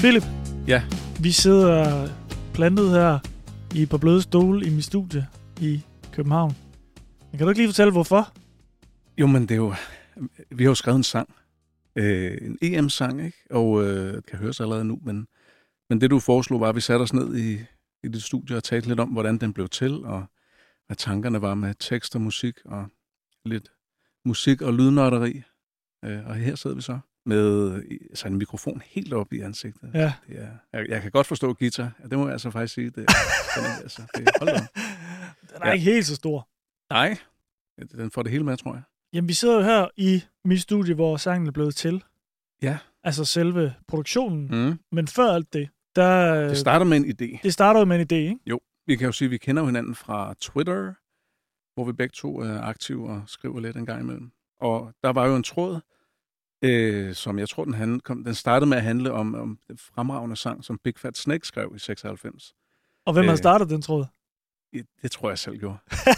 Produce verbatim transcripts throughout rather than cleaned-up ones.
Philip, Ja. vi sidder plantet her i et par bløde stole i mit studie i København. Men kan du ikke lige fortælle, hvorfor? Jo, men det er jo... Vi har jo skrevet en sang. Øh, en E M-sang, ikke? Og øh, det kan høres allerede nu, men, men det du foreslog var, at vi satte os ned i, i dit studie og talte lidt om, hvordan den blev til, og hvad tankerne var med tekst og musik, og lidt musik og lydnørderi. Øh, og her sidder vi så med altså en mikrofon helt op i ansigtet. Ja. Det er, jeg, jeg kan godt forstå guitar. Ja, det må jeg altså faktisk sige. Det, den, er, altså, det, hold da. Den er ja. ikke helt så stor. Nej, den får det hele med, tror jeg. Jamen, vi sidder jo her i mit studie, hvor sangen er blevet til. Ja. Altså selve produktionen. Mm. Men før alt det, der... Det starter med en idé. Det starter jo med en idé, ikke? Jo. Vi kan jo sige, at vi kender hinanden fra Twitter, hvor vi begge to er aktive og skriver lidt en gang imellem. Og der var jo en tråd, øh, som jeg tror, den, handlede, kom, den startede med at handle om, om den fremragende sang, som Big Fat Snake skrev i seksoghalvfems. Og hvem øh, har startet den tråd? Det tror jeg selv gjorde.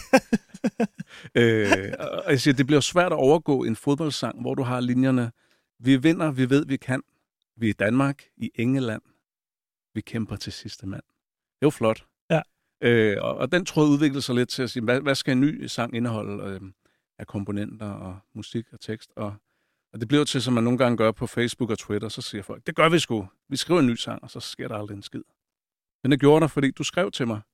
øh, og jeg siger, det bliver svært at overgå en fodboldsang, hvor du har linjerne: vi vinder, vi ved, vi kan. Vi er i Danmark, i England. Vi kæmper til sidste mand. Det er jo flot. Ja. Øh, og, og den tråd udviklede sig lidt til at sige, hvad, hvad skal en ny sang indeholde øh, af komponenter og musik og tekst? Og, og det bliver til, som man nogle gange gør på Facebook og Twitter, så siger folk, det gør vi sgu. Vi skriver en ny sang, og så sker der aldrig en skid. Men det gjorde der, fordi du skrev til mig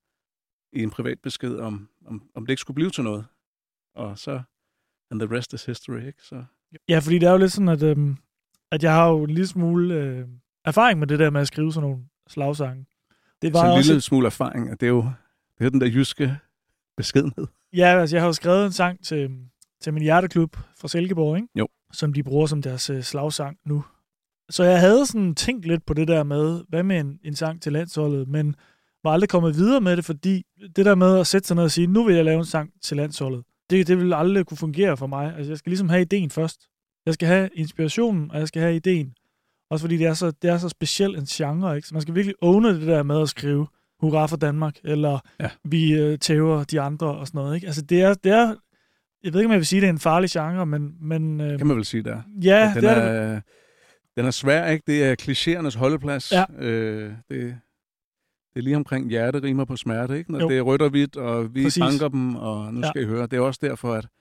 i en privat besked, om, om, om det ikke skulle blive til noget. Og så, and the rest is history, ikke? Så. Ja, fordi det er jo lidt sådan, at, øhm, at jeg har jo en lille smule øh, erfaring med det der med at skrive sådan nogle slagsange. Det var så en også lille smule erfaring, og det er jo det er den der jyske beskedenhed. Ja, altså jeg har jo skrevet en sang til, til min hjerteklub fra Silkeborg, ikke? Jo. Som de bruger som deres øh, slagsang nu. Så jeg havde sådan tænkt lidt på det der med, hvad med en, en sang til landsholdet, men var aldrig kommet videre med det, fordi det der med at sætte sig ned og sige, nu vil jeg lave en sang til landsholdet, det, det vil aldrig kunne fungere for mig. Altså jeg skal ligesom have ideen først. Jeg skal have inspirationen, og jeg skal have ideen. Også fordi det er så, det er så speciel en genre, ikke? Så man skal virkelig owne det der med at skrive hurra for Danmark, eller ja. vi øh, tæver de andre og sådan noget, ikke? Altså det er, det er, jeg ved ikke, om jeg vil sige, at det er en farlig genre, men... men øh, kan man vel sige, der. Ja, den det er, er det. Den er svær, ikke? Det er klichéernes holdeplads. Ja. Øh, det, det er lige omkring hjerte rimer på smerte, ikke? Når jo. det er rødt og hvidt, og vi Præcis. banker dem, og nu skal ja. I høre. Det er også derfor, at,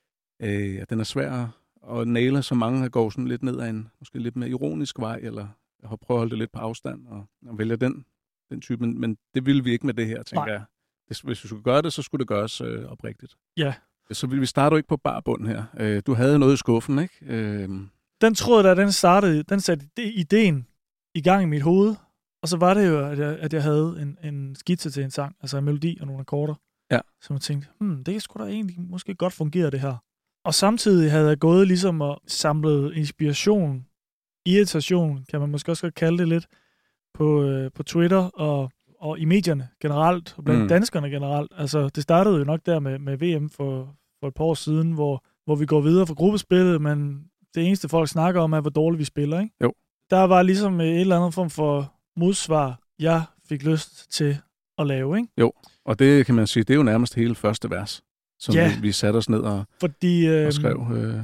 øh, at den er svær at næle, så mange går sådan lidt ned ad en måske lidt mere ironisk vej, eller har prøvet at holde det lidt på afstand, og, og vælge den, den type. Men, men det ville vi ikke med det her, tænker Nej. jeg. Hvis, hvis vi skulle gøre det, så skulle det gøres øh, oprigtigt. Ja. Så vi starter jo ikke på bar bund her. Øh, du havde noget i skuffen, ikke? Øh, Den tråd der, den startede, den satte ideen i gang i mit hoved, og så var det jo, at jeg, at jeg havde en, en skitse til en sang, altså en melodi og nogle akkorder, ja. som jeg tænkte, hmm, det skulle da egentlig måske godt fungere, det her. Og samtidig havde jeg gået ligesom og samlet inspiration, irritation, kan man måske også godt kalde det lidt, på, øh, på Twitter og, og i medierne generelt, og blandt mm. danskerne generelt. Altså, det startede jo nok der med, med V M for, for et par år siden, hvor, hvor vi går videre fra gruppespillet, men det eneste folk snakker om er, hvor dårligt vi spiller, ikke? Jo. Der var ligesom et eller andet form for modsvar, jeg fik lyst til at lave, ikke? Jo, og det kan man sige, det er jo nærmest hele første vers, som ja. vi, vi satte os ned og, Fordi, øh, og skrev. Øh,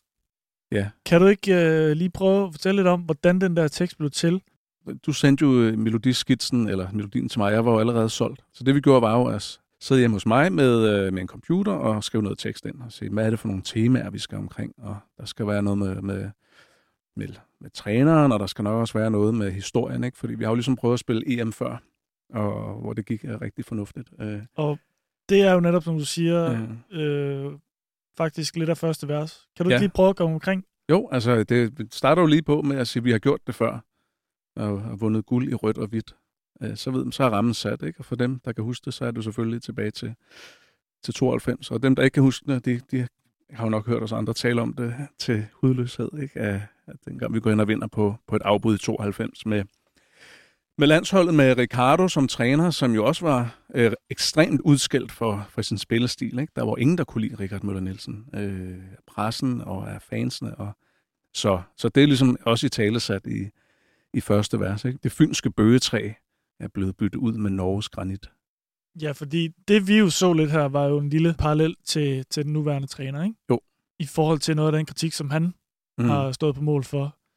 ja. Kan du ikke øh, lige prøve at fortælle lidt om, hvordan den der tekst blev til? Du sendte jo melodiskitsen, eller melodien til mig. Jeg var jo allerede solgt. Så det vi gjorde var jo at sidde hjemme hos mig med, øh, med en computer og skrive noget tekst ind og se, hvad er det for nogle temaer, vi skal omkring. Og der skal være noget med, med, med, med træneren, og der skal nok også være noget med historien, ikke? Fordi vi har jo ligesom prøvet at spille E M før, og hvor det gik rigtig fornuftigt. Øh. Og det er jo netop, som du siger, ja. øh, faktisk lidt af første vers. Kan du ja. lige prøve at komme omkring? Jo, altså det starter jo lige på med at sige, at vi har gjort det før, og har vundet guld i rødt og hvidt. Så ved man, så er rammen sat, ikke? Og for dem, der kan huske det, så er du selvfølgelig tilbage til, til tooghalvfems. Og dem, der ikke kan huske det, de, de har jo nok hørt os andre tale om det til hudløshed, ikke? At, at dengang vi går ind og vinder på, på et afbud i tooghalvfems med, med landsholdet med Ricardo som træner, som jo også var øh, ekstremt udskældt for, for sin spillestil, ikke? Der var ingen, der kunne lide Richard Møller Nielsen. Øh, pressen og af fansene. Og, så, så det er ligesom også i talesat i, i første vers, ikke? Det fynske bøgetræ er blevet byttet ud med Norges granit. Ja, fordi det vi jo så lidt her, var jo en lille parallel til, til den nuværende træner, ikke? Jo. I forhold til noget af den kritik, som han mm. har stået på mål for. Ja.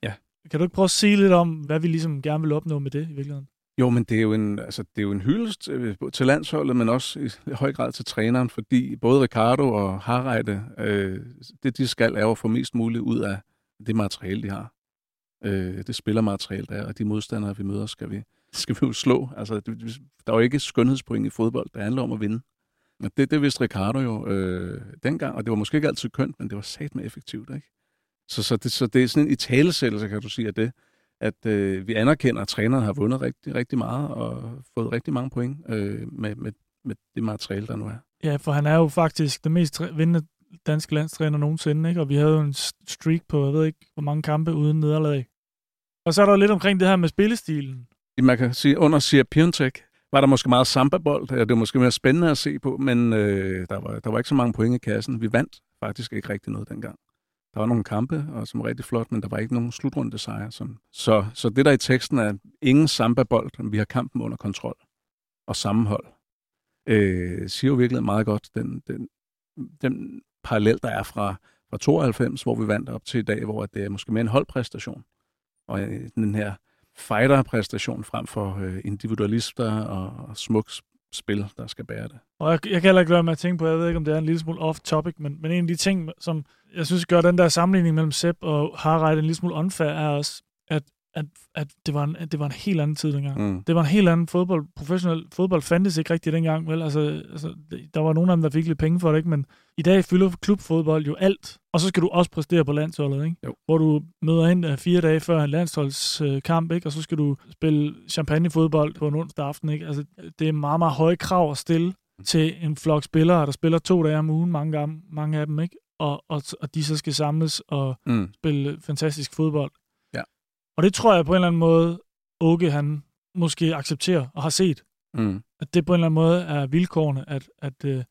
kan du ikke prøve at sige lidt om, hvad vi ligesom gerne vil opnå med det i virkeligheden? Jo, men det er jo en, altså, det er jo en hyldest til landsholdet, men også i høj grad til træneren, fordi både Ricardo og Harreide, øh, det de skal er jo at få mest muligt ud af det materiale, de har. Øh, det spillermateriale, der er, og de modstandere, vi møder, skal vi, skal vi jo slå. Altså, det, der er jo ikke skønhedspoint i fodbold, der handler om at vinde. Og det, det vidste Ricardo jo øh, dengang, og det var måske ikke altid kønt, men det var satme effektivt, ikke? Så, så, det, så det er sådan en italesættelse, kan du sige, af det, at øh, vi anerkender, at træneren har vundet rigtig, rigtig meget og fået rigtig mange point øh, med, med, med det materiale, der nu er. Ja, for han er jo faktisk den mest træ- vindende danske landstræner nogensinde, ikke? Og vi havde jo en streak på, jeg ved ikke, hvor mange kampe uden nederlag. Og så er der jo lidt omkring det her med spillestilen. Man kan sige, under Sir Piontek var der måske meget samba-bold, det var måske mere spændende at se på, men øh, der, var, der var ikke så mange point i kassen. Vi vandt faktisk ikke rigtig noget dengang. Der var nogle kampe, og som var rigtig flot, men der var ikke nogen slutrunde sejre. Som... Så, så det der i teksten er ingen samba-bold, men vi har kampen under kontrol og sammenhold. Øh, siger jo virkelig meget godt den, den, den parallel, der er fra, fra tooghalvfems, hvor vi vandt op til i dag, hvor det er måske mere en holdpræstation. Og den her fighter-præstation frem for øh, individualister og, og smuk spil, der skal bære det. Og jeg, jeg kan heller ikke lade med at tænke på, jeg ved ikke, om det er en lille smule off-topic, men, men en af de ting, som jeg synes gør den der sammenligning mellem Sepp og Harreide en lille smule unfair, er også, at, at, at, det, var en, at det var en helt anden tid dengang. Mm. Det var en helt anden fodbold. Professionel fodbold fandtes ikke rigtigt dengang, vel? Altså, altså, der var nogle af dem, der fik lidt penge for det, ikke? Men i dag fylder klubfodbold jo alt, og så skal du også præstere på landsholdet, ikke? Jo. Hvor du møder ind fire dage før en landsholdskamp, ikke? Og så skal du spille champagnefodbold på en onsdag aften, ikke? Altså, det er meget, meget høje krav at stille til en flok spillere, der spiller to dage om ugen, mange, gange, mange af dem, ikke? Og, og, og de så skal samles og mm. spille fantastisk fodbold. Ja. Og det tror jeg på en eller anden måde, Åke, han måske accepterer og har set. Mm. At det på en eller anden måde er vilkårene, at, at, at,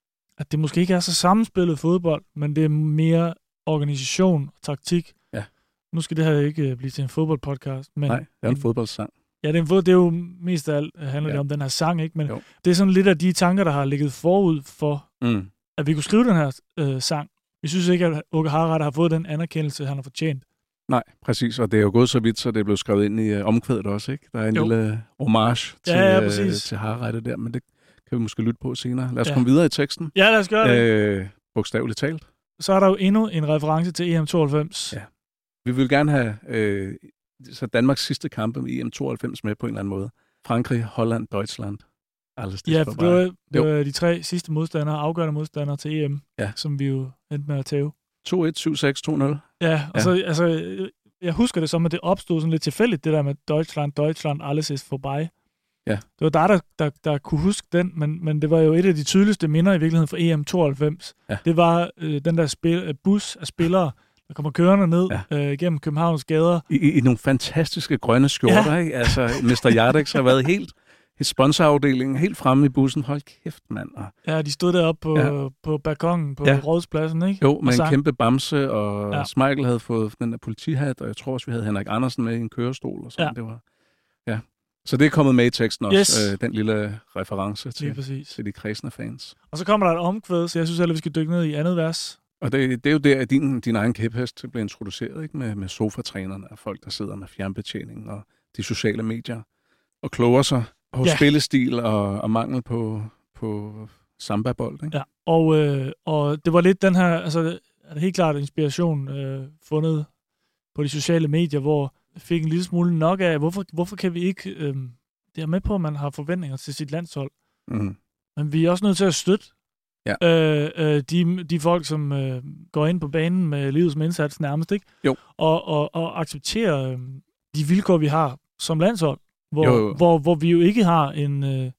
at det måske ikke er så sammenspillet fodbold, men det er mere organisation og taktik. Ja. Nu skal det her ikke blive til en fodboldpodcast. Men nej, det er en, en fodboldsang. Ja, det er, en, det er jo mest af alt handler ja. det om den her sang, ikke? Men jo. Det er sådan lidt af de tanker, der har ligget forud for, mm. at vi kunne skrive den her øh, sang. Vi synes ikke, at Åke Harreide har fået den anerkendelse, han har fortjent. Nej, præcis. Og det er jo gået så vidt, så det er blevet skrevet ind i uh, omkvædet også, ikke? Der er en jo. lille homage til, ja, ja, uh, til Harreide der, men det kan vi måske lytte på senere. Lad os ja. komme videre i teksten. Ja, lad os gøre det. Øh, bogstaveligt talt. Så er der jo endnu en reference til E M tooghalvfems. Ja. Vi vil gerne have øh, så Danmarks sidste kampe med E M tooghalvfems med på en eller anden måde. Frankrig, Holland, Deutschland. Ja, for det var, det var de tre sidste modstandere, afgørende modstandere til E M, ja. som vi jo endte med at tæve. to et, syv seks, to nul. Ja, og ja. så, altså, jeg husker det som, at det opstod sådan lidt tilfældigt, det der med Deutschland, Deutschland, alles ist vorbei. Ja. Det var der, der, der, der kunne huske den, men, men det var jo et af de tydeligste minder i virkeligheden for E M tooghalvfems. Ja. Det var øh, den der spil, bus af spillere, der kommer kørende ned ja. øh, gennem Københavns gader. I, i, i nogle fantastiske grønne skjorter, ja. ikke? Altså, mister Jardex har været helt... sponsorafdelingen helt fremme i bussen. Hold kæft, mand. Ja, de stod deroppe på, ja. på balkongen på ja. Rådhuspladsen, ikke? Jo, med en kæmpe bamse, og ja. Smeichel havde fået den der politihat, og jeg tror også, vi havde Henrik Andersen med i en kørestol. Og sådan. Ja. Det var, ja. Så det er kommet med i teksten også, yes. øh, den lille reference til, til de kredsende fans. Og så kommer der et omkvæd, så jeg synes, at vi skal dykke ned i andet vers. Og det, det er jo der, at din, din egen kæphest bliver introduceret, ikke? Med, med sofatrænerne og folk, der sidder med fjernbetjening og de sociale medier og kloger sig på ja. spillestil og, og mangel på, på samba-bold, ikke? Ja, og, øh, og det var lidt den her, altså er det helt klart inspiration øh, fundet på de sociale medier, hvor jeg fik en lille smule nok af, hvorfor, hvorfor kan vi ikke, øh, det er med på, at man har forventninger til sit landshold, mm. men vi er også nødt til at støtte ja. øh, øh, de, de folk, som øh, går ind på banen med livet som indsats nærmest, ikke? Jo. Og, og, og acceptere øh, de vilkår, vi har som landshold. Hvor, jo, jo. Hvor, hvor vi jo ikke har en, øh,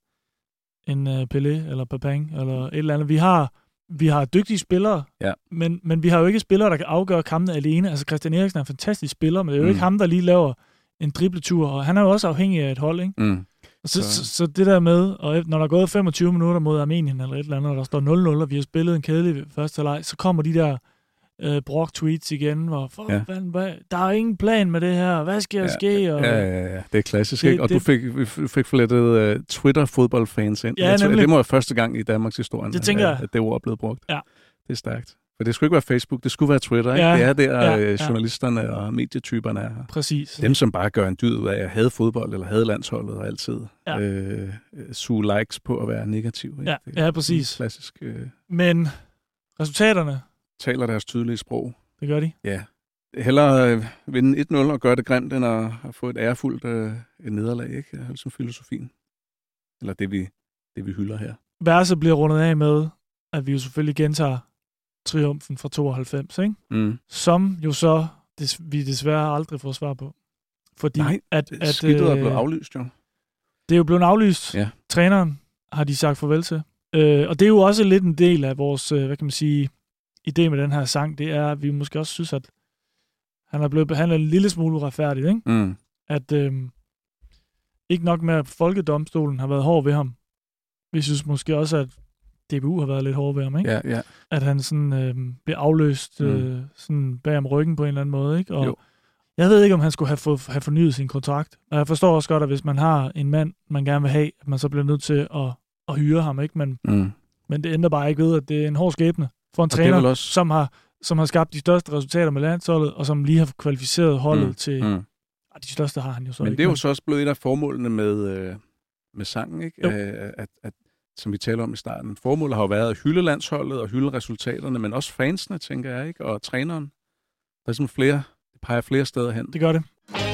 en øh, Pelé eller Papin eller et eller andet. Vi har, vi har dygtige spillere, ja. men, men vi har jo ikke spillere, der kan afgøre kampene alene. Altså Christian Eriksen er en fantastisk spiller, men det er jo mm. ikke ham, der lige laver en dribletur, og han er jo også afhængig af et hold, ikke? Mm. Så, så. Så, så det der med, og når der er gået femogtyve minutter mod Armenien eller et eller andet, og der står nul nul, og vi har spillet en kedelig første leg, så kommer de der øh, Brock-tweets igen, hvor for, ja. hvad, hvad, der er ingen plan med det her, hvad skal der ja, ske? Og, ja, ja, ja, det er klassisk, det, ikke? Og det, du fik, fik flettet uh, Twitter-fodboldfans ind. Ja, det må være første gang i Danmarks historie, det tænker at, at det ord er blevet brugt. Ja. Det er stærkt. For det skulle ikke være Facebook, det skulle være Twitter, ikke? Ja, det er der, ja, ja, ja. journalisterne og medietyperne er her. Præcis. Dem, som bare gør en dyd ud af at have fodbold, eller have landsholdet, og altid Ja. øh, suge likes på at være negativ. Ikke? Ja, det, ja, præcis. Klassisk. Øh, Men resultaterne, taler deres tydelige sprog. det gør de. Ja. Hellere øh, vinde et nul og gøre det grimt, end at, at få et ærefuldt øh, et nederlag, ikke? Det er ligesom filosofien. Eller det, vi, det, vi hylder her. Verset bliver rundet af med, at vi jo selvfølgelig gentager triumfen fra tooghalvfems, ikke? Mm. Som jo så des, vi desværre aldrig får svar på. Fordi Nej, at, at, at, skidtet er øh, blevet aflyst, jo. det er jo blevet aflyst. Ja. Træneren har de sagt farvel til. Øh, og det er jo også lidt en del af vores, øh, hvad kan man sige, idé med den her sang, det er, at vi måske også synes, at han er blevet behandlet en lille smule uretfærdigt, ikke? Mm. At øh, ikke nok med, at Folkedomstolen har været hård ved ham. Vi synes måske også, at D B U har været lidt hård ved ham, ikke? Ja, ja. At han sådan øh, blev afløst øh, Mm. sådan bag om ryggen på en eller anden måde, ikke? Og Jo. jeg ved ikke, om han skulle have, fået, have fornyet sin kontrakt. Og jeg forstår også godt, at hvis man har en mand, man gerne vil have, at man så bliver nødt til at, at hyre ham, ikke? Men, Mm. men det ændrer bare ikke ved, at det er en hård skæbne for en det er træner, vel også- som har, som har skabt de største resultater med landsholdet, og som lige har kvalificeret holdet Mm. til... Mm. Ah, de største har han jo så Men ikke. det er jo så også blevet et af formålene med, øh, med sangen, ikke? Jo. At, at, at, som vi taler om i starten. Formålet har jo været at hylde landsholdet og hylde resultaterne, men også fansene, tænker jeg, ikke? Og træneren. Der er sådan flere, det peger flere steder hen. Det gør det.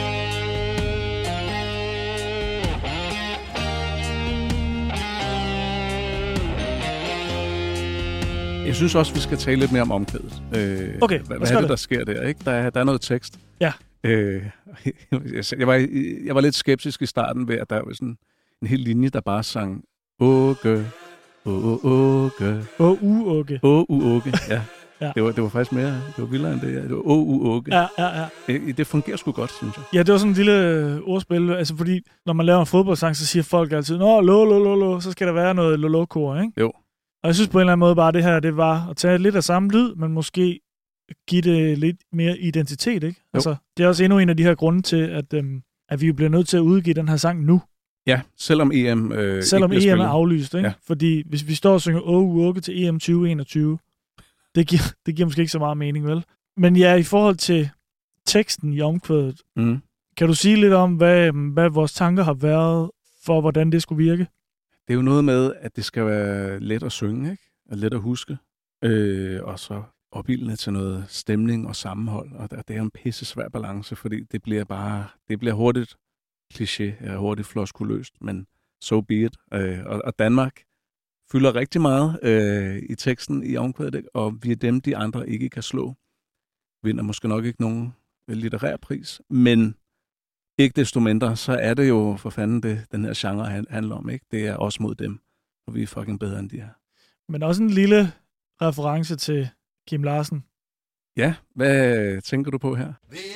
Jeg synes også, vi skal tale lidt mere om omkvædet. Øh, Okay, hvad, lad os hvad er gøre det, det. der sker der, ikke? Der er, der er noget tekst. Ja. Øh, jeg, var, jeg var lidt skeptisk i starten ved, at der var sådan en hel linje, der bare sang Åge, Åge, Åge, Åh, u, okay. Åge, Åge. Ja. Ja. Det, var, det var faktisk mere, det var vildere end det. Ja. Det var Åge, Åge. Ja, ja, ja. Det, det fungerer sgu godt, synes jeg. Ja, det var sådan en lille ordspil, altså fordi, når man laver en fodboldsang, så siger folk altid, nå, lo, lo, lo, lo, så skal der være noget lo-lo-kor, ikke? Jo. Og jeg synes på en eller anden måde bare, det her, det var at tage lidt af samme lyd, men måske give det lidt mere identitet, ikke? Jo. Altså, det er også endnu en af de her grunde til, at, øhm, at vi bliver nødt til at udgive den her sang nu, Ja, selvom E M øh, selvom ikke bliver E M er spillet. aflyst, ikke? Ja. Fordi hvis vi står og synger Åh, uge til E M tyve enogtyve, det giver, det giver måske ikke så meget mening, vel? Men ja, i forhold til teksten i omkvædet, Mm. kan du sige lidt om, hvad, hvad vores tanker har været for, hvordan det skulle virke? Det er jo noget med, at det skal være let at synge, ikke? Og let at huske. Øh, og så opildende til noget stemning og sammenhold. Og der, det er en pisse svær balance, fordi det bliver bare, det bliver hurtigt kliché, ja, hurtigt floskuløst, men so be it. Øh, og, og Danmark fylder rigtig meget øh, i teksten i omkvædet, ikke? Og vi er dem, de andre ikke kan slå. Vinder måske nok ikke nogen litterær pris, men ikke desto mindre, så er det jo for fanden det, den her genre han, handler om, ikke? Det er os mod dem, og vi er fucking bedre end de er. Men også en lille reference til Kim Larsen. Ja, hvad tænker du på her?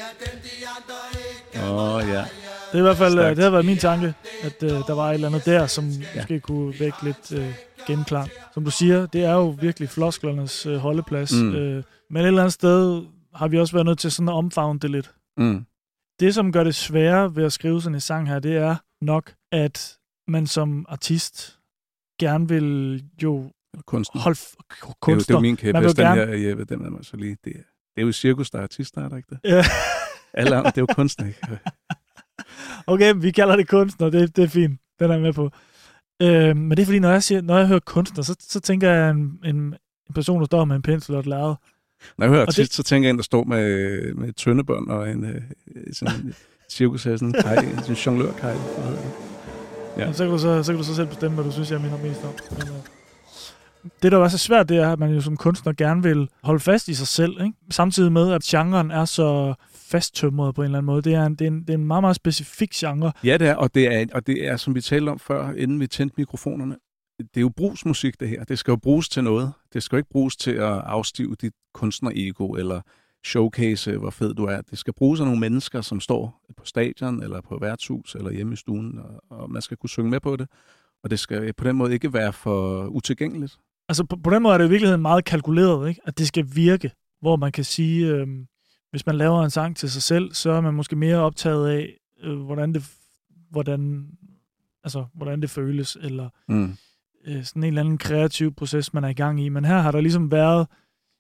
Åh, oh, ja. Det er i hvert fald, Stærkt. det har været min tanke, at uh, der var et eller andet der, som Ja. ja. måske kunne vække lidt uh, genklang. Som du siger, det er jo virkelig flosklernes uh, holdeplads. Mm. Mm. Uh, men et eller andet sted har vi også været nødt til sådan at omfavne det lidt. Mm. Det, som gør det sværere ved at skrive sådan en sang her, det er nok, at man som artist gerne vil jo Kunsten. holde f- Det er, jo, det er kunstner. jo min Man kæphest, vil den gerne- her, Jeppe, den er mig så lige. Det er, det er jo cirkus, der er artister, er der ikke det? Ja. Alle andre, det er jo kunstner, ikke? Okay, vi kalder det kunstner, det, det er fint. Den er jeg med på. Øh, men det er fordi, når jeg, siger, når jeg hører kunstner, så, så tænker jeg en, en, en person, der står med en pensel og et lærred. Når jeg hører Og artist, så tænker jeg en, der står med, med tøndebånd og en øh, sådan en cirkus af sådan en kaj, sådan en jonglørkaj. Ja. Ja. Så, kan du så, så kan du så selv bestemme, hvad du synes, jeg minder mest om. Men, øh, det, der er så svært, det er, at man jo som kunstner gerne vil holde fast i sig selv, ikke? Samtidig med, at genren er så fasttømret på en eller anden måde. Det er en, det er en, det er en meget, meget specifik genre. Ja, det er, og det er, og det er, som vi talte om før, inden vi tændte mikrofonerne, det er jo brugsmusik, det her. Det skal jo bruges til noget. Det skal jo ikke bruges til at afstive dit kunstnerego, eller showcase, hvor fed du er. Det skal bruges af nogle mennesker, som står på stadion, eller på værtshus, eller hjemme i stuen, og, og man skal kunne synge med på det. Og det skal på den måde ikke være for utilgængeligt. Altså på, på den måde er det i virkeligheden meget kalkuleret, ikke? At det skal virke, hvor man kan sige, øh, hvis man laver en sang til sig selv, så er man måske mere optaget af, øh, hvordan, det, hvordan, altså, hvordan det føles, eller Mm. øh, sådan en eller anden kreativ proces, man er i gang i. Men her har der ligesom været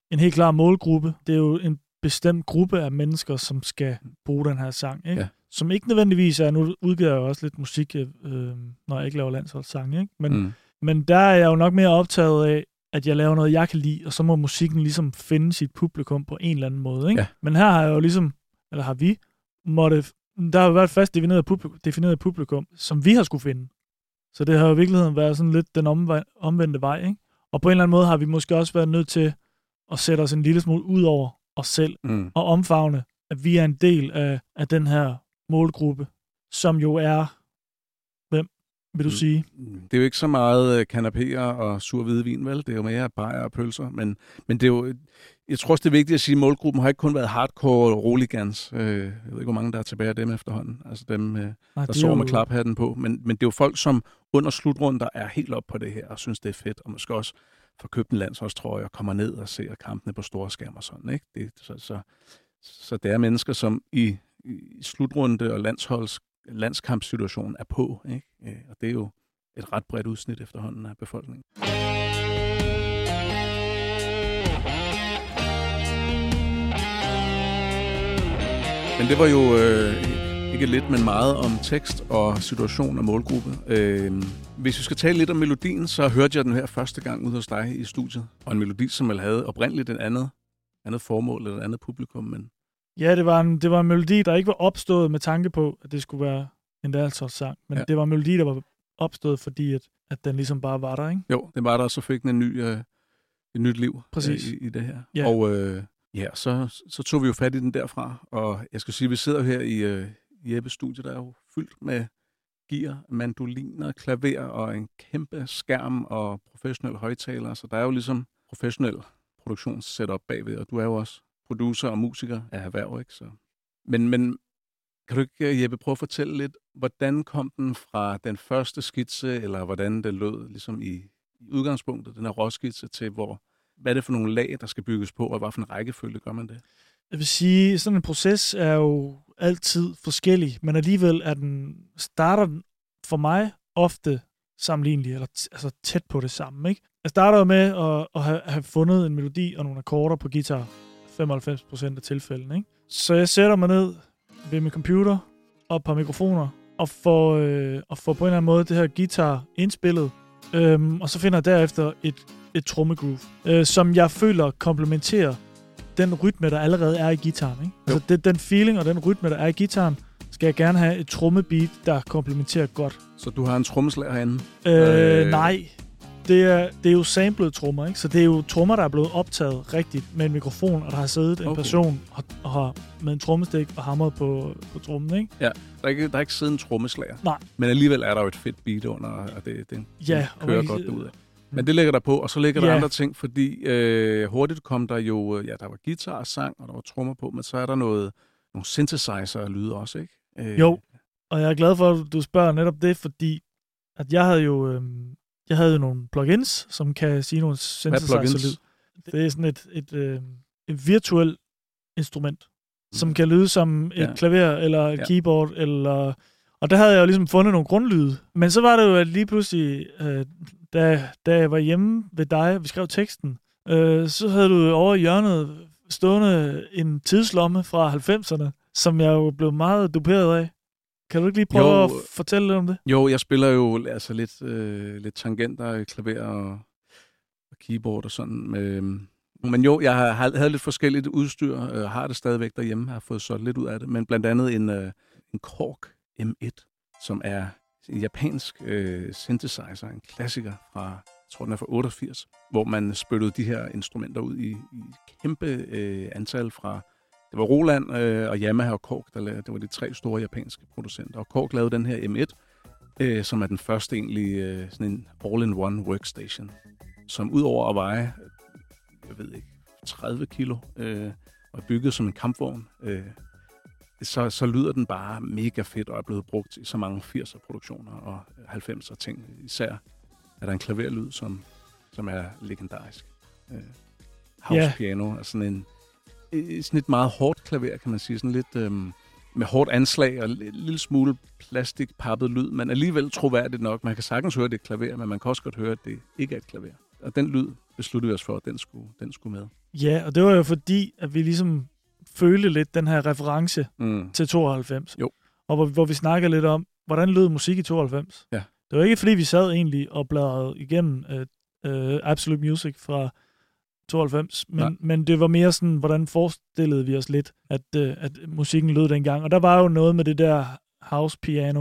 en helt klar målgruppe. Det er jo en bestemt gruppe af mennesker, som skal bruge den her sang, ikke? Ja. Som ikke nødvendigvis er, nu udgiver jeg jo også lidt musik, øh, når jeg ikke laver landsholdssange, ikke? Men, mm. men der er jeg jo nok mere optaget af, at jeg laver noget, jeg kan lide, og så må musikken ligesom finde sit publikum på en eller anden måde, ikke? Ja. Men her har jeg jo ligesom, eller har vi, måtte, der har jo været fast defineret publikum, defineret publikum, som vi har skulle finde. Så det har jo i virkeligheden været sådan lidt den omvendte vej, ikke? Og på en eller anden måde har vi måske også været nødt til at sætte os en lille smule ud over os selv, mm. og omfavne, at vi er en del af, af den her målgruppe, som jo er, hvem vil du mm. sige? Det er jo ikke så meget kanapéer og sur hvidvin, vel? Det er jo mere bajer og pølser, men, men det er jo, jeg tror også, det er vigtigt at sige, at målgruppen har ikke kun været hardcore roligans. Jeg ved ikke, hvor mange der er tilbage af dem efterhånden. Altså dem, Nej, der sover jo med klaphatten på. Men, men det er jo folk, som under slutrunder er helt op på det her, og synes, det er fedt, og måske også får købt en landsholdstrøje og kommer ned og ser kampene på store skærm og sådan, ikke? Det, så, så, så det er mennesker, som i, i slutrunde og landsholds landskampssituation er på, ikke? Og det er jo et ret bredt udsnit efterhånden af befolkningen. Men det var jo øh, ikke lidt, men meget om tekst og situation og målgruppe. Øh, hvis vi skal tale lidt om melodien, så hørte jeg den her første gang ude hos dig i studiet. Og en melodi, som vel havde oprindeligt et andet, andet formål eller et andet publikum. Men... Ja, det var, en, det var en melodi, der ikke var opstået med tanke på, at det skulle være en landsholdssang. Men ja. Det var en melodi, der var opstået, fordi at, at den ligesom bare var der, ikke? Jo, den var der, og så fik den en ny, øh, et nyt liv øh, i, i det her. Ja. Og øh, ja, så, så tog vi jo fat i den derfra. Og jeg skal sige, at vi sidder her i, øh, i Jeppes studie, der er jo fyldt med gear, mandoliner, klaver og en kæmpe skærm og professionelle højtalere. Så der er jo ligesom professionel produktionssetup bagved, og du er jo også producer og musiker af erhverv, ikke? Så. Men, men kan du ikke, Jeppe, prøve at fortælle lidt, hvordan kom den fra den første skitse, eller hvordan det lød ligesom i, i udgangspunktet, den her råskitse, til hvor, hvad er det for nogle lag, der skal bygges på, og hvad for en rækkefølge gør man det? Jeg vil sige, sådan en proces er jo altid forskellig, men alligevel er den, starter den for mig ofte sammenlignelig, eller t- altså tæt på det samme, ikke? Jeg starter med at, at have, have fundet en melodi og nogle akkorder på guitar, femoghalvfems procent af tilfældene, ikke? Så jeg sætter mig ned ved min computer og et par mikrofoner, og får, øh, og får på en eller anden måde det her guitar indspillet, øhm, og så finder jeg derefter et, et trommegroove, øh, som jeg føler komplementerer den rytme, der allerede er i guitaren, ikke? Altså det, den feeling og den rytme, der er i guitaren, skal jeg gerne have et trommebeat, der komplementerer godt. Så du har en trommeslager herinde? Øh, øh... Nej. Det er, det er jo samplede trommer, ikke? Så det er jo trommer, der er blevet optaget rigtigt med en mikrofon, og der har siddet en okay. person og, og har med en trommestik og hamret på, på trommen, ikke? Ja, der er ikke, der er ikke siddet en trommeslager. Nej. Men alligevel er der jo et fedt beat under, og det, det, ja, det kører godt derudad. Men det ligger der på, og så ligger der ja. andre ting, fordi øh, hurtigt kom der jo, ja, der var guitar og sang, og der var trommer på, men så er der noget, nogle synthesizer og lyde også, ikke? Øh, jo, og jeg er glad for, at du spørger netop det, fordi at jeg havde jo... Øh, Jeg havde jo nogle plugins, som kan sige nogle synthesizer-lyd. Det er sådan et, et, et, et virtuelt instrument, mm. som kan lyde som et ja. klaver eller et ja. keyboard. Eller, og der havde jeg jo ligesom fundet nogle grundlyde. Men så var det jo at lige pludselig, øh, da, da jeg var hjemme ved dig, vi skrev teksten, øh, så havde du over i hjørnet stående en tidslomme fra halvfemserne, som jeg jo blev meget duperet af. Kan du ikke lige prøve jo, at fortælle lidt om det? Jo, jeg spiller jo altså lidt, øh, lidt tangenter, klaver og, og keyboard og sådan. Øh, men jo, jeg har, havde lidt forskelligt udstyr, og øh, har det stadigvæk derhjemme. Jeg har fået solgt lidt ud af det. Men blandt andet en, øh, en Korg M et, som er en japansk øh, synthesizer, en klassiker fra, jeg tror den er fra otteogfirs, hvor man spyttede de her instrumenter ud i, i kæmpe øh, antal fra... Det var Roland øh, og Yamaha og Korg, der lavede, det var de tre store japanske producenter. Og Korg lavede den her M et, øh, som er den første egentlig øh, sådan en all-in-one workstation, som udover at veje, jeg ved ikke, tredive kilo, øh, og er bygget som en kampvogn, øh, så, så lyder den bare mega fedt og er blevet brugt i så mange firser-produktioner og halvfemser ting. Især er der en klaverlyd, som, som er legendarisk. Øh, house yeah. piano er sådan en sådan et meget hårdt klaver, kan man sige. Sådan lidt øhm, med hårdt anslag og en lille smule plastikpappet lyd, men alligevel troværdigt nok. Man kan sagtens høre, det er et klaver, men man kan også godt høre, at det ikke er et klaver. og den lyd besluttede vi os for, at den skulle, den skulle med. Ja, og det var jo fordi, at vi ligesom følte lidt den her reference mm. til tooghalvfems. Jo. Og hvor, hvor vi snakkede lidt om, hvordan lød musik i tooghalvfems. Ja. Det var ikke fordi, vi sad egentlig og bladrede igennem uh, uh, Absolute Music fra tooghalvfems, men, men det var mere sådan, hvordan forestillede vi os lidt, at, uh, at musikken lød dengang. Og der var jo noget med det der house piano.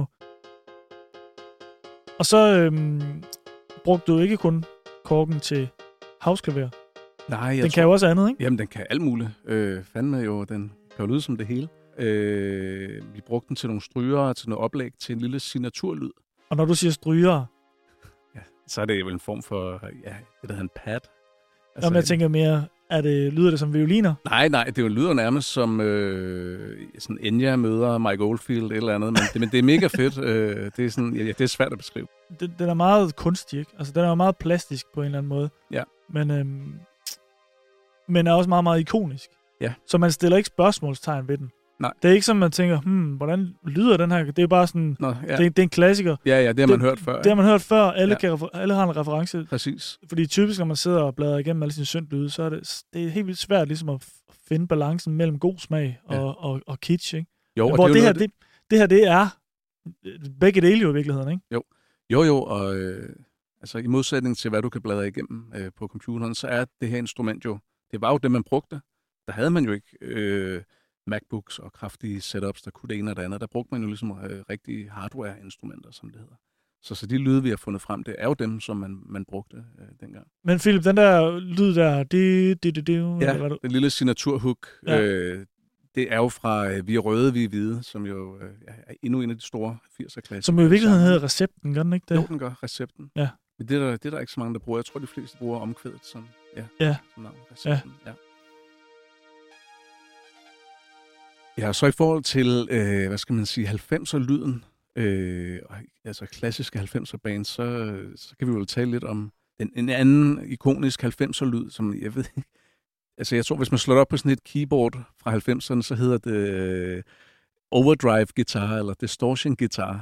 Og så øhm, brugte du ikke kun korken til houseklaver. Nej, jeg den tror, kan jo også andet, ikke? Jamen, den kan alt muligt. Øh, fandme jo, den kan jo lyde som det hele. Øh, vi brugte den til nogle strygere, til noget oplæg, til en lille signaturlyd. Og når du siger strygere? Ja, så er det vel en form for, ja, det der hedder en pad. Altså, Jamen, jeg tænker mere, er det, lyder det som violiner? Nej, nej, det lyder nærmest som øh, sådan Enya møder Mike Oldfield, et eller andet, men det, men det er mega fedt. øh, det, er sådan, ja, det er svært at beskrive. Den, den er meget kunstig, ikke? Altså, den er meget plastisk på en eller anden måde. Ja. Men, øhm, men er også meget, meget ikonisk. Ja. Så man stiller ikke spørgsmålstegn ved den. Nej. Det er ikke som, man tænker, hmm, hvordan lyder den her? Det er bare sådan, Nå, ja. det, det er en klassiker. Ja, ja, det har man det, hørt før. Det har man hørt før. Alle, ja. kan, alle har en reference. Præcis. Fordi typisk, når man sidder og bladrer igennem alle sine syndlyde, så er det, det er helt vildt svært ligesom at finde balancen mellem god smag og, ja. og, og, og kitsch, ikke? Jo, og hvor det, det, her, det... Det, det her, det er begge dele jo i virkeligheden, ikke? Jo, jo, jo og øh, altså i modsætning til, hvad du kan bladre igennem øh, på computeren, så er det her instrument jo, det var jo det, man brugte. Der havde man jo ikke øh, MacBooks og kraftige setups, der kunne det ene og det andet. Der brugte man jo ligesom øh, rigtige hardware-instrumenter, som det hedder. Så, så de lyde, vi har fundet frem, det er jo dem, som man, man brugte øh, dengang. Men Philip, den der lyd der, det, det, det, det, ja, eller du... den lille signaturhook, ja. øh, det er jo fra øh, Vi er røde, vi er hvide, som jo øh, er endnu en af de store firser-klassikere. Som jo i virkeligheden hedder Recepten, gør den ikke det? Jo, den gør Recepten. Ja. Men det er, der, det er der ikke så mange, der bruger. Jeg tror, de fleste bruger omkvædet som, ja, ja. som navn. Recepten, ja. ja. Ja, så i forhold til, øh, hvad skal man sige, halvfemser-lyden, øh, altså klassiske halvfemser-bands, så, så kan vi jo tale lidt om en, en anden ikonisk halvfemser-lyd, som jeg ved ikke, altså jeg tror, hvis man slår op på sådan et keyboard fra halvfemserne, så hedder det øh, overdrive guitar eller distortion guitar.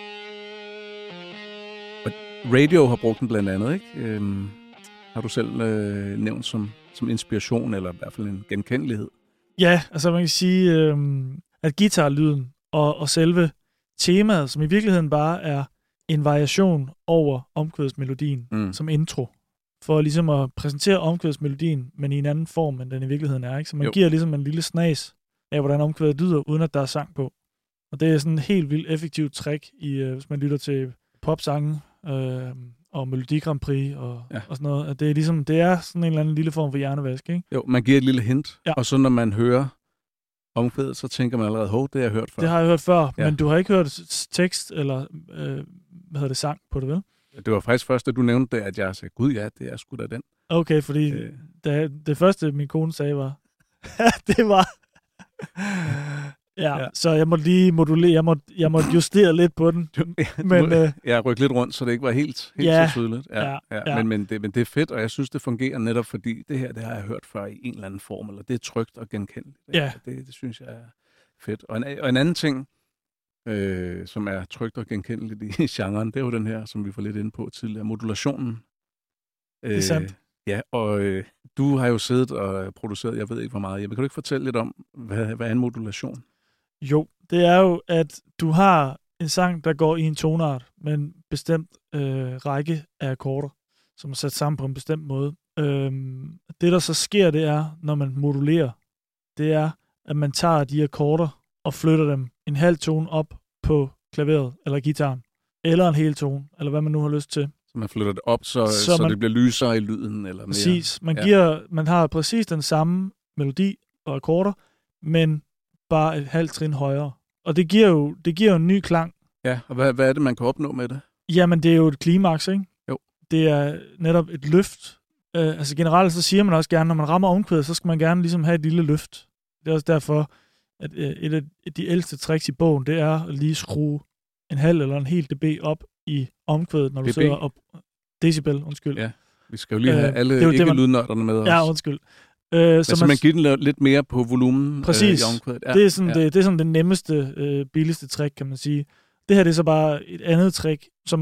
Og Radio har brugt den blandt andet, ikke? Øhm, har du selv øh, nævnt som, som inspiration, eller i hvert fald en genkendelighed? Ja, altså man kan sige, øh, at guitarlyden og, og selve temaet, som i virkeligheden bare er en variation over omkvædsmelodien mm. som intro, for ligesom at præsentere omkvædsmelodien, men i en anden form, end den i virkeligheden er. Ikke? Så man jo. giver ligesom en lille snas af, hvordan omkvædet lyder, uden at der er sang på. Og det er sådan en helt vildt effektivt trick, i, øh, hvis man lytter til popsange øh, og Melodi Grand Prix og, ja. og sådan noget. At det er ligesom, det er sådan en eller anden lille form for hjernevask, ikke? Jo, man giver et lille hint, ja. og så når man hører omkvædet, så tænker man allerede, hov, det har jeg hørt før. Det har jeg hørt før, ja. Men du har ikke hørt tekst eller, øh, hvad hedder det, sang på det, vel? Det var faktisk først, da du nævnte det, at jeg sagde, gud ja, det er sgu da den. Okay, fordi øh. det, det første, min kone sagde, var, det var... ja, ja, så jeg måtte lige modulere, jeg måtte, jeg måtte justere lidt på den. Du, ja, men, du, øh, jeg rykkede lidt rundt, så det ikke var helt, helt ja, så tydeligt. Ja, ja, ja. Men, men, det, men det er fedt, og jeg synes, det fungerer netop, fordi det her, det har jeg hørt før i en eller anden form, eller det er trygt og genkendeligt. Ja. Det, det synes jeg er fedt. Og en, og en anden ting, øh, som er trygt og genkendeligt i genren, det er jo den her, som vi får lidt inde på tidligere, modulationen. Det er sandt. Ja, og øh, du har jo siddet og produceret, jeg ved ikke hvor meget. Kan du ikke fortælle lidt om, hvad, hvad er en modulation? Jo, det er jo, at du har en sang, der går i en tonart med en bestemt øh, række af akkorder, som er sat sammen på en bestemt måde. Øhm, det, der så sker, det er, når man modulerer, det er, at man tager de akkorder og flytter dem en halv tone op på klaveret eller gitaren, eller en hel tone, eller hvad man nu har lyst til. Så man flytter det op, så, så, så man, det bliver lysere i lyden? Eller mere. Præcis. Man, giver, ja. man har præcis den samme melodi og akkorder, men bare et halvt trin højere. Og det giver jo, det giver jo en ny klang. Ja, og hvad, hvad er det, man kan opnå med det? Jamen, det er jo et klimaks, ikke? Jo. Det er netop et løft. Uh, altså generelt så siger man også gerne, når man rammer omkvædet, så skal man gerne ligesom have et lille løft. Det er også derfor, at uh, et af de ældste tricks i bogen, det er at lige skrue en halv eller en hel dB op i omkvædet, når du dB. sidder op. Decibel, undskyld. Ja, vi skal jo lige have uh, alle ikke-lydnørderne med os. Ja, undskyld. Uh, så, så man, man giver den lidt mere på volumen præcis. Øh, i omkvædet. Ja, det er sådan ja. det, det er sådan det nemmeste, øh, billigste trick, kan man sige. Det her det er så bare et andet trick, som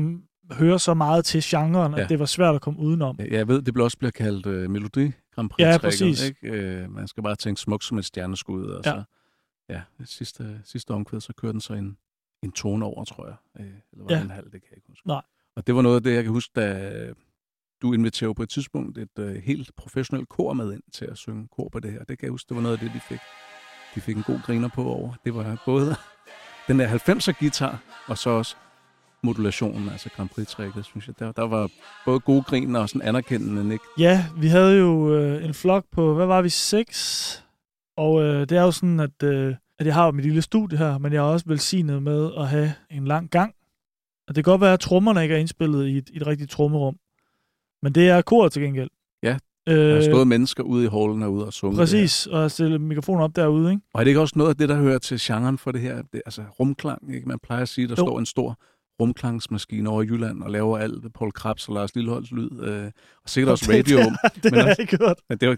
hører så meget til genren, ja. at det var svært at komme udenom. Ja, jeg ved, det bliver også bliver kaldt uh, Melodi Grand Prix. Ja, præcis. Ikke? Uh, man skal bare tænke smuk som et stjerneskud. Og ja. så, ja, sidste, sidste omkvæd, så kørte den så en, en tone over, tror jeg. Uh, eller var ja. det en halv, det kan jeg ikke huske. Nej. Og det var noget af det, jeg kan huske, da du inviterede på et tidspunkt et uh, helt professionelt kor med ind til at synge kor på det her. Det kan jeg huske, det var noget af det, de fik. De fik en god griner på over. Det var både den der halvfemser guitar, og så også modulationen, altså Grand Prix-trækket, synes jeg. Der, der var både gode griner og sådan anerkendende nik. Ja, vi havde jo øh, en flok på, hvad var vi, seks? Og øh, det er jo sådan, at, øh, at jeg har jo mit lille studie her, men jeg er også velsignet med at have en lang gang. Og det kan godt være, at trommerne ikke er indspillet i et, i et rigtigt trommerum. Men det er koret til gengæld. Ja, der har stået mennesker ude i hallen herude og sunget. Præcis, og har stillet mikrofonen op derude, ikke? Og er det ikke også noget af det, der hører til genren for det her? Det, altså rumklang, ikke? Man plejer at sige, der jo. står en stor rumklangsmaskine over i Jylland og laver alt Paul Krebs og Lars Lilleholds lyd. Øh, og sikkert også radio. Det har jeg ikke hørt. Men, det var,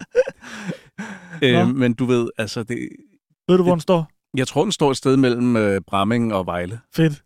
øh, men du ved, altså det... Ved du, hvor den står? Jeg tror, den står et sted mellem øh, Bramming og Vejle. Fedt.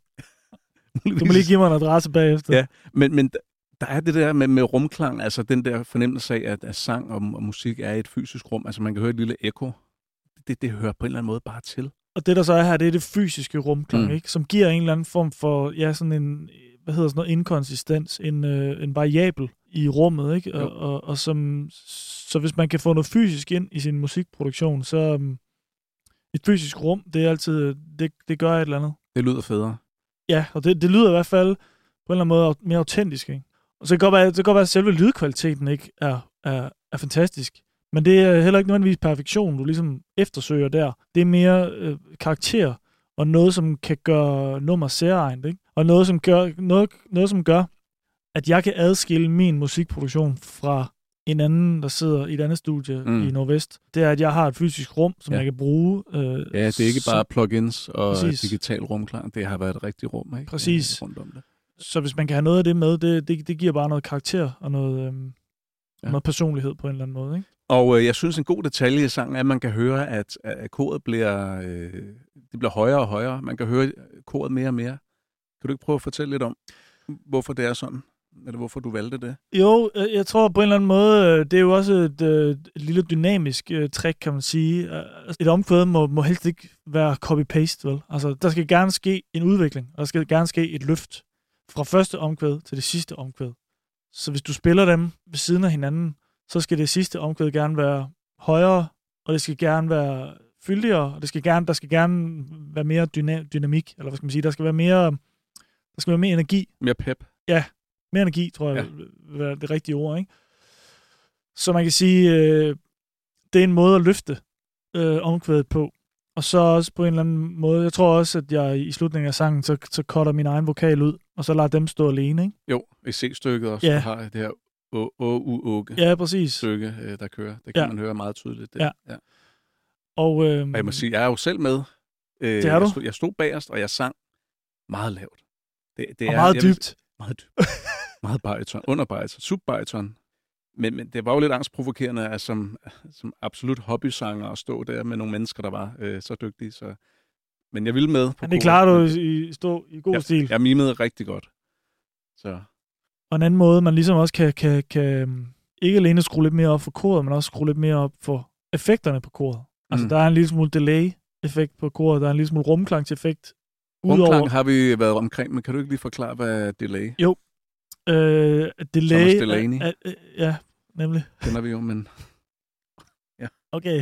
Du må lige give mig en adresse bagefter. Ja, men, men der er det der med, med rumklang, altså den der fornemmelse af, at, at sang og, og musik er i et fysisk rum. Altså man kan høre et lille ekko. Det, det hører på en eller anden måde bare til. Og det, der så er her, det er det fysiske rumklang, mm. ikke? Som giver en eller anden form for, ja, sådan en, hvad hedder sådan noget, inkonsistens, en, øh, en variabel i rummet, ikke? Og, og, og som, så hvis man kan få noget fysisk ind i sin musikproduktion, så um, et fysisk rum, det er altid, det, det gør et eller andet. Det lyder federe. Ja, og det, det lyder i hvert fald på en eller anden måde mere autentisk, ikke? Og så kan det godt være, det kan godt være at selve lydkvaliteten ikke er, er, er fantastisk. Men det er heller ikke nødvendigvis perfektion, du ligesom eftersøger der. Det er mere øh, karakter, og noget, som kan gøre nummer særegent, ikke? Og noget som, gør, noget, noget, som gør, at jeg kan adskille min musikproduktion fra en anden, der sidder i et andet studie mm. i Nordvest. Det er, at jeg har et fysisk rum, som ja. jeg kan bruge. Øh, ja, det er ikke bare plugins og præcis. digital rumklang. Det har været et rigtigt rum, ikke? Præcis. Rundt om det. Så hvis man kan have noget af det med, det, det, det giver bare noget karakter og noget, øhm, ja. noget personlighed på en eller anden måde, ikke? Og øh, jeg synes, en god detalje i sangen er, at man kan høre, at, at koret bliver, øh, det bliver højere og højere. Man kan høre koret mere og mere. Kan du ikke prøve at fortælle lidt om, hvorfor det er sådan? Eller hvorfor du valgte det? Jo, jeg tror på en eller anden måde, det er jo også et, et lille dynamisk uh, trick, kan man sige. Et omkvæd må, må helst ikke være copy-paste, vel? Altså, der skal gerne ske en udvikling, og der skal gerne ske et løft fra første omkvæd til det sidste omkvæd. Så hvis du spiller dem ved siden af hinanden, så skal det sidste omkvæd gerne være højere, og det skal gerne være fyldigere, og det skal gerne, der skal gerne være mere dyna- dynamik, eller hvad skal man sige, der skal være mere, der skal være mere energi. Mere pep. Ja, mere energi, tror jeg, ja. vil være det rigtige ord, ikke? Så man kan sige, øh, det er en måde at løfte øh, omkvædet på. Og så også på en eller anden måde, jeg tror også, at jeg i slutningen af sangen, så, så cutter min egen vokal ud, og så lader dem stå alene, ikke? Jo, i C-stykket også, ja. Der har det her å-u-åge ja, præcis. stykke, der kører. Det kan ja. man høre meget tydeligt. Det. Ja. ja. Og, øh, og jeg må sige, jeg er jo selv med. Øh, det er du? Jeg stod, jeg stod bagerst, og jeg sang meget lavt. Det, det og er, meget jeg, dybt. Meget dybt. Meget bariton. Under bariton. Subbariton. Men, men det var jo lidt angstprovokerende, at som, som absolut hobbysanger at stå der med nogle mennesker, der var øh, så dygtige. Så. Men jeg ville med. På men det klarer du i, stå i god ja, stil. Jeg mimede rigtig godt. Så. Og en anden måde, man ligesom også kan, kan, kan ikke alene skrue lidt mere op for koret, men også skrue lidt mere op for effekterne på koret. Altså, mm. der er en lille smule delay-effekt på koret, der er en lille smule rumklangseffekt. Rumklang udover... har vi været omkring, men kan du ikke lige forklare, hvad delay? Jo. Øh, delay... Thomas Delaney. Er, er, ja, nemlig. Kender vi jo, men... Ja. Okay.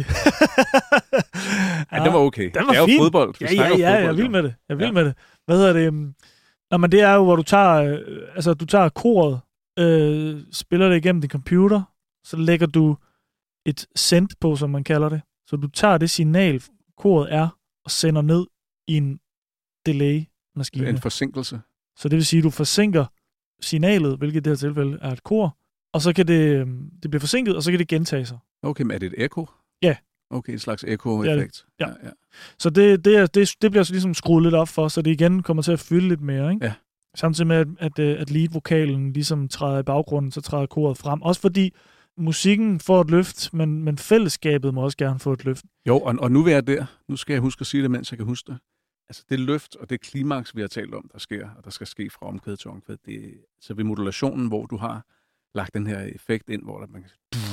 ja, den var okay. Den var det er fin. jo fodbold. Vi ja, ja, ja, fodbold, jeg er vild med det. Jeg er vild ja. med det. Hvad hedder det? Nå, men det er jo, hvor du tager, øh, altså, du tager koret, øh, spiller det igennem din computer, så lægger du et send på, som man kalder det. Så du tager det signal, koret er, og sender ned i en delay-maskine. En forsinkelse. Så det vil sige, at du forsinker signalet, hvilket i det her tilfælde er et kor, og så kan det, det blive forsinket, og så kan det gentage sig. Okay, men er det et ekko? Ja. Okay, en slags ekko-effekt. Ja, ja. ja, ja. Så det, det, det, det bliver så ligesom skruet lidt op for, så det igen kommer til at fylde lidt mere, ikke? Ja. Samtidig med, at, at, at lead-vokalen ligesom træder i baggrunden, så træder koret frem. Også fordi musikken får et løft, men, men fællesskabet må også gerne få et løft. Jo, og, og nu er jeg der. Nu skal jeg huske at sige det, mens jeg kan huske det. altså det løft og det klimaks, vi har talt om, der sker, og der skal ske fra omkvæd til omkvæd, det så ved modulationen, hvor du har lagt den her effekt ind, hvor der, man kan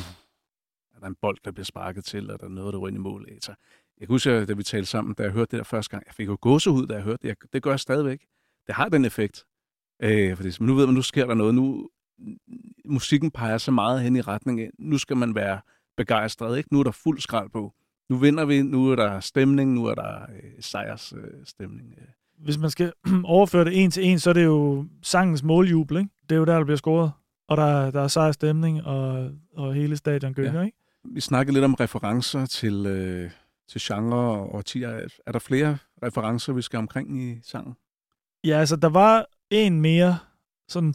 er der en bold, der bliver sparket til, eller der er noget, der ryger ind i mål. Så jeg kan huske, da vi talte sammen, da jeg hørte det der første gang, jeg fik jo gåsehud, da jeg hørte det. Jeg, det gør jeg stadigvæk. Det har den effekt. Øh, fordi nu ved man, nu sker der noget. Nu musikken peger så meget hen i retning af, nu skal man være begejstret, ikke? Nu er der fuld skrald på. Nu vinder vi, nu er der stemning, nu er der øh, sejrsstemning. Øh, Hvis man skal overføre det en til en, så er det jo sangens måljubel, ikke? Det er jo der, der bliver scoret. Og der, der er sejrstemning, og, og hele stadion gynger, ja. Ikke? Vi snakkede lidt om referencer til, øh, til genre og årtier. Er der flere referencer, vi skal omkring i sangen? Ja, altså der var en mere sådan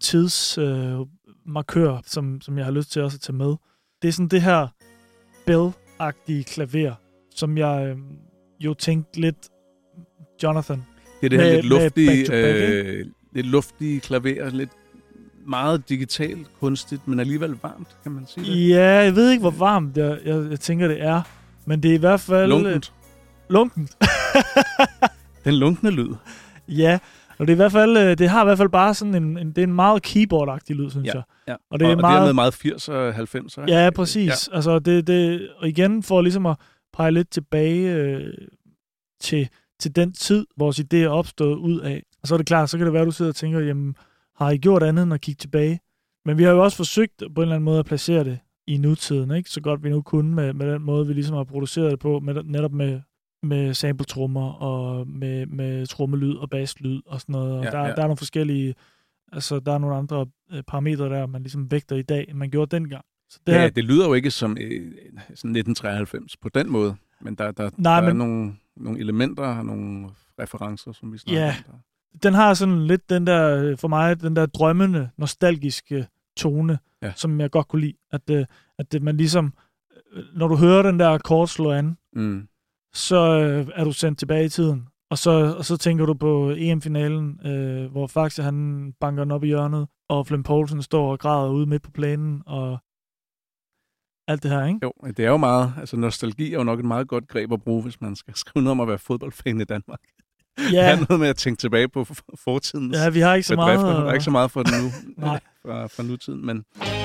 tidsmarkør, øh, som, som jeg har lyst til også at tage med. Det er sådan det her Bell-agtige klaver, som jeg øh, jo tænkte lidt Jonathan. Det er det her med, lidt luftige, back øh, lidt luftige klaver, lidt meget digitalt, kunstigt, men alligevel varmt, kan man sige det? Ja, jeg ved ikke, hvor varmt jeg, jeg, jeg tænker, det er. Men det er i hvert fald... Lunkent. Lunkent. Den lunkne lyd. Ja, og det er i hvert fald, det har i hvert fald bare sådan en, en det er en meget keyboard-agtig lyd, synes ja, jeg. Ja. Og det er og meget, dermed meget firserne og halvfemserne. Ja, præcis. Ja. Altså det, det, og igen for ligesom at pege lidt tilbage øh, til, til den tid, vores idé er opstået ud af. Og så er det klart, så kan det være, at du sidder og tænker, jamen, har I gjort andet end at kigge tilbage? Men vi har jo også forsøgt på en eller anden måde at placere det i nutiden, ikke? Så godt vi nu kunne med, med den måde, vi ligesom har produceret det på, med, netop med, med sample-trummer og med, med trommelyd og basslyd og sådan noget. Og ja, der, ja. der er nogle forskellige, altså der er nogle andre parametre der, man ligesom vægter i dag, end man gjorde dengang. Så det ja, her, det lyder jo ikke som øh, sådan nitten treoghalvfems på den måde, men der, der, Nej, der men, er nogle, nogle elementer og nogle referencer, som vi snakker ja, om der. Den har sådan lidt den der, for mig, den der drømmende, nostalgiske tone, ja. Som jeg godt kunne lide. At, at det, man ligesom, når du hører den der akkord slå an, mm. så er du sendt tilbage i tiden. Og så, og så tænker du på E M-finalen, øh, hvor Faxe han banker den op i hjørnet, og Flem Poulsen står og græder ude midt på planen, og alt det her, ikke? Jo, det er jo meget, altså nostalgi er jo nok et meget godt greb at bruge, hvis man skal skrive noget om at være fodboldfan i Danmark. Ja. Det er noget med at tænke tilbage på fortidens Ja, vi har ikke så meget. Der er ikke så meget for det nu. Nej. Fra, fra nutiden, men...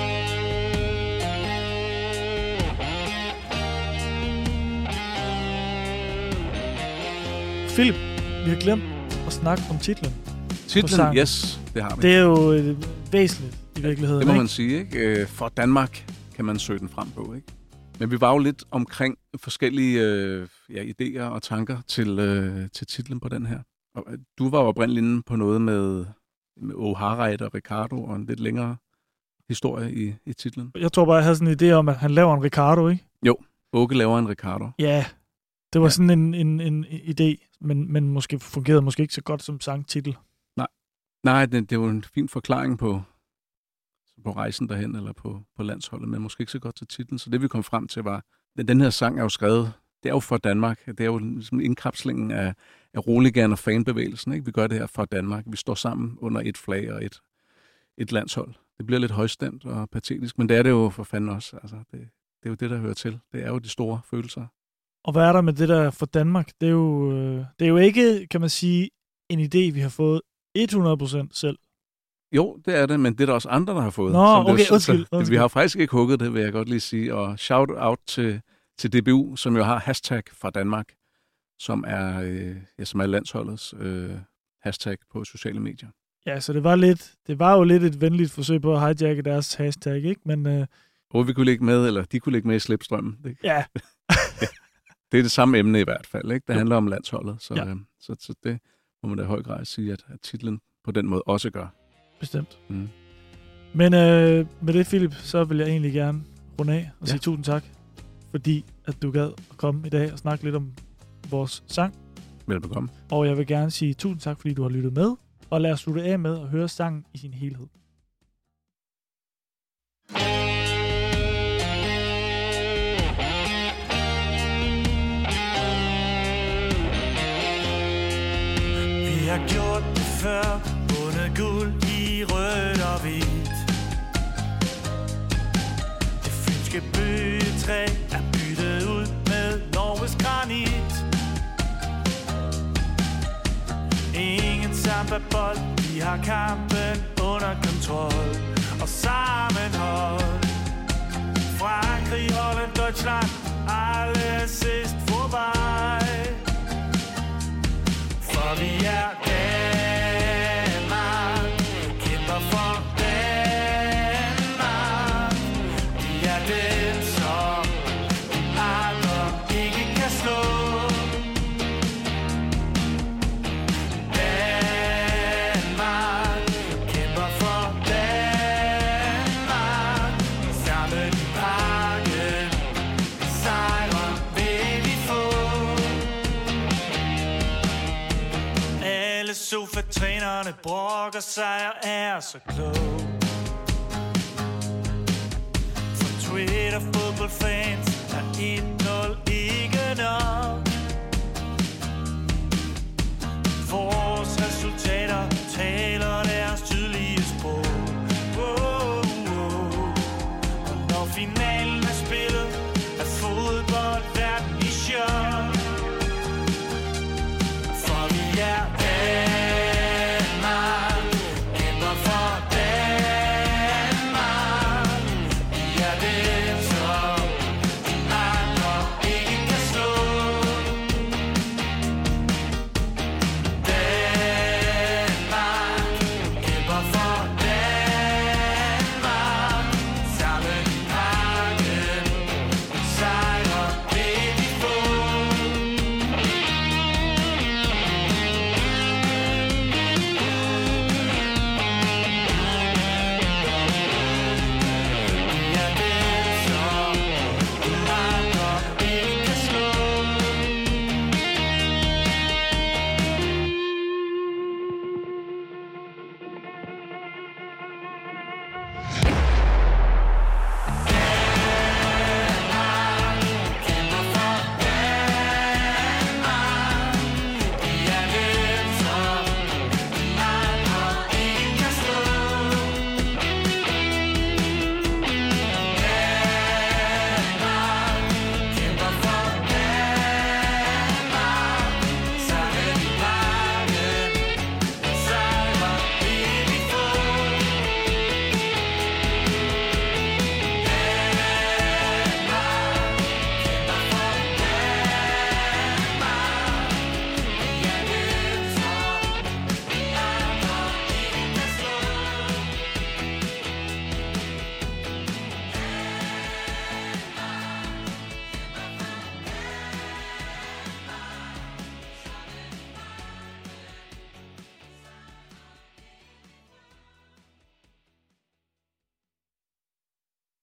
Philip, vi har glemt at snakke om titlen. Titlen, yes, det har vi. Det er jo øh, væsentligt i virkeligheden. Det må ikke? man sige, ikke? For Danmark kan man søge den frem på, ikke? Men vi var jo lidt omkring forskellige øh, ja, idéer og tanker til, øh, til titlen på den her. Og du var jo oprindeligt inde på noget med, med O'Harriet og Ricardo og en lidt længere historie i, i titlen. Jeg tror bare, jeg havde sådan en idé om, at han laver en Ricardo, ikke? Jo, Åke laver en Ricardo. Ja, det var ja. sådan en, en, en idé, men, men måske fungerede måske ikke så godt som sangtitel. Nej, Nej det, det var en fin forklaring på, på rejsen derhen, eller på, på landsholdet, men måske ikke så godt til titlen. Så det vi kom frem til var, at den her sang er jo skrevet, det er jo for Danmark. Det er jo ligesom indkapslingen af, af roligan og fanbevægelsen. Ikke? Vi gør det her for Danmark. Vi står sammen under et flag og et, et landshold. Det bliver lidt højstemt og patetisk, men det er det jo for fanden også. Altså, det, det er jo det, der hører til. Det er jo de store følelser. Og hvad er der med det der for Danmark? Det er jo, det er jo ikke, kan man sige, en idé, vi har fået hundrede procent selv. Jo, det er det, men det er der også andre, der har fået. Nå, okay, det, undskyld, så, undskyld. Vi har faktisk ikke hugget det, vil jeg godt lige sige. Og shout out til, til D B U, som jo har hashtag fra Danmark, som er, øh, ja, som er landsholdets øh, hashtag på sociale medier. Ja, så det var lidt, det var jo lidt et venligt forsøg på at hijacke deres hashtag, ikke? Men øh... og vi kunne ligge med, eller de kunne ligge med i slipstrømmen. Det, ja. ja. Det er det samme emne i hvert fald, ikke? Det handler om landsholdet, så, ja. øh, så, så det må man da i høj grad sige, at, at titlen på den måde også gør. Bestemt. Mm. Men øh, med det, Philip, så vil jeg egentlig gerne runde af og ja. sige tusind tak, fordi at du gad at komme i dag og snakke lidt om vores sang. Velbekomme. Og jeg vil gerne sige tusind tak, fordi du har lyttet med, og lad os slutte af med at høre sangen i sin helhed. Vi har gjort det før, vundet guld i rødt og hvidt. Det fynske bøgetræ er byttet ud med Norges granit. samba-bold, vi har kampen under kontrol og sammenhold. Frankrig, Holland, Deutschland, alle sidst forbi. For vi er Danmark, kæmper for Danmark. Vi er dem, som andre ikke kan slå. Danmark, kæmper for Danmark. Sammen i parken, sejre vil vi få. Alle sofatrænerne brokker sig og er så klog. For Twitter fodboldfans er et nul ikke nok. Vores resultater taler deres tydelige sprog. Oh, oh. Og når finalen er spillet, er fodboldverden i chok.